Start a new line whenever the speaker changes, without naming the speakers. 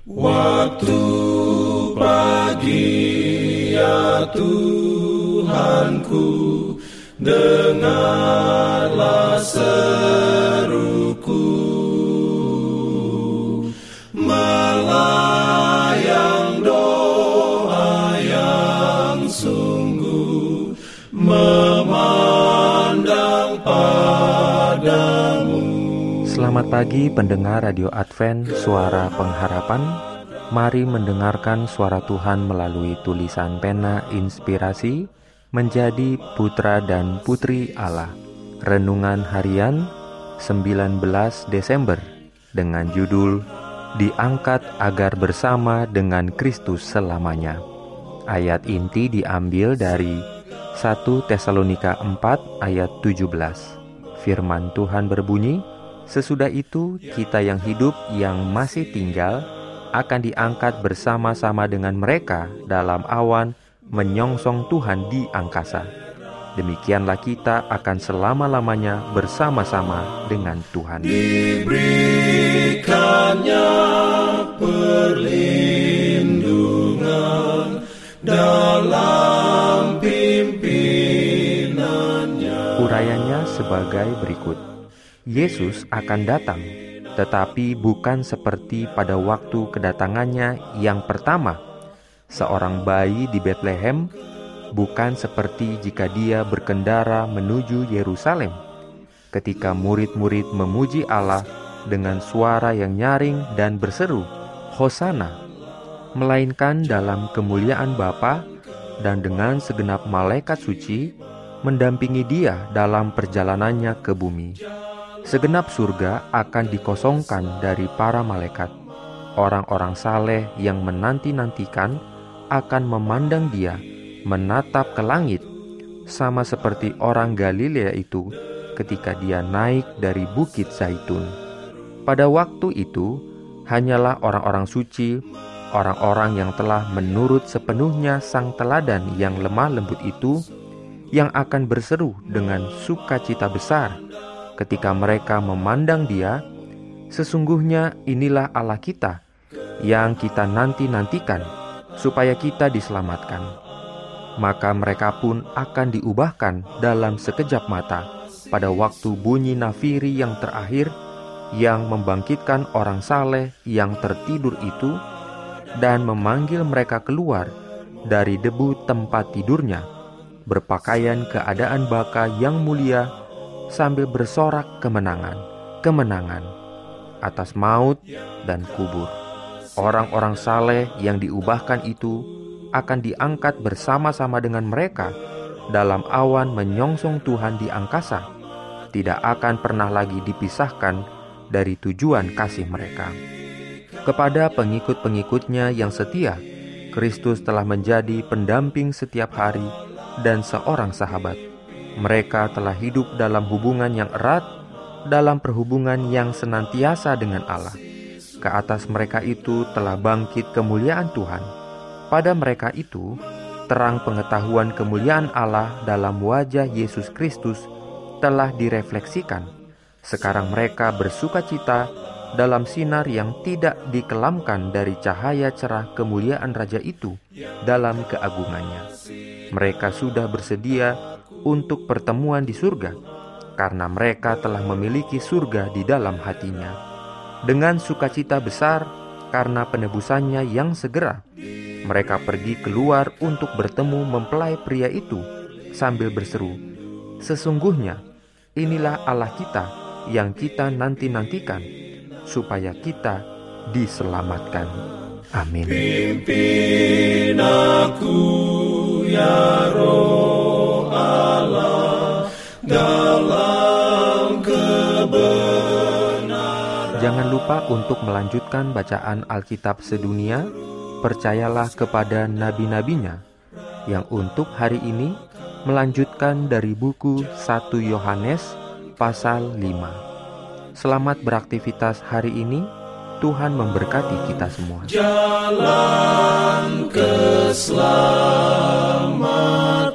Waktu pagi ya Tuhanku, dengarlah seruku, melayang doa yang sungguh, memandang padamu.
Selamat pagi pendengar Radio Advent Suara Pengharapan. Mari mendengarkan suara Tuhan melalui tulisan pena inspirasi menjadi putra dan putri Allah. Renungan harian 19 Desember dengan judul Diangkat agar bersama dengan Kristus selamanya. Ayat inti diambil dari 1 Tesalonika 4 ayat 17. Firman Tuhan berbunyi, sesudah itu kita yang hidup yang masih tinggal akan diangkat bersama-sama dengan mereka dalam awan menyongsong Tuhan di angkasa. Demikianlah kita akan selama-lamanya bersama-sama dengan Tuhan.
Diberikannya perlindungan dalam pimpinannya.
Urayanya sebagai berikut. Yesus akan datang, tetapi bukan seperti pada waktu kedatangannya yang pertama, seorang bayi di Betlehem, bukan seperti jika dia berkendara menuju Yerusalem, ketika murid-murid memuji Allah dengan suara yang nyaring dan berseru, Hosana, melainkan dalam kemuliaan Bapa dan dengan segenap malaikat suci mendampingi dia dalam perjalanannya ke bumi. Segenap surga akan dikosongkan dari para malaikat. Orang-orang saleh yang menanti-nantikan akan memandang dia, menatap ke langit, sama seperti orang Galilea itu ketika dia naik dari Bukit Zaitun. Pada waktu itu, hanyalah orang-orang suci, orang-orang yang telah menurut sepenuhnya sang teladan yang lemah lembut itu, yang akan berseru dengan sukacita besar ketika mereka memandang dia, sesungguhnya inilah Allah kita yang kita nanti-nantikan supaya kita diselamatkan. Maka mereka pun akan diubahkan dalam sekejap mata pada waktu bunyi nafiri yang terakhir yang membangkitkan orang saleh yang tertidur itu dan memanggil mereka keluar dari debu tempat tidurnya, berpakaian keadaan baka yang mulia, sambil bersorak kemenangan, kemenangan atas maut dan kubur. Orang-orang saleh yang diubahkan itu akan diangkat bersama-sama dengan mereka dalam awan menyongsong Tuhan di angkasa, tidak akan pernah lagi dipisahkan dari tujuan kasih mereka. Kepada pengikut-pengikutnya yang setia, Kristus telah menjadi pendamping setiap hari dan seorang sahabat. Mereka telah hidup dalam hubungan yang erat, dalam perhubungan yang senantiasa dengan Allah. Ke atas mereka itu telah bangkit kemuliaan Tuhan. Pada mereka itu, terang pengetahuan kemuliaan Allah dalam wajah Yesus Kristus telah direfleksikan. Sekarang mereka bersukacita dalam sinar yang tidak dikelamkan dari cahaya cerah kemuliaan Raja itu dalam keagungannya. Mereka sudah bersedia untuk pertemuan di surga, karena mereka telah memiliki surga di dalam hatinya. Dengan sukacita besar karena penebusannya yang segera, mereka pergi keluar untuk bertemu mempelai pria itu sambil berseru, sesungguhnya inilah Allah kita yang kita nanti-nantikan, supaya kita diselamatkan. Amin.
Pimpin aku ya Roh Allah dalam kebenaran.
Jangan lupa untuk melanjutkan bacaan Alkitab sedunia. Percayalah kepada nabi-nabinya, yang untuk hari ini melanjutkan dari buku 1 Yohanes pasal 5. Selamat beraktivitas hari ini. Tuhan memberkati kita semua.
Jalan keselamatan.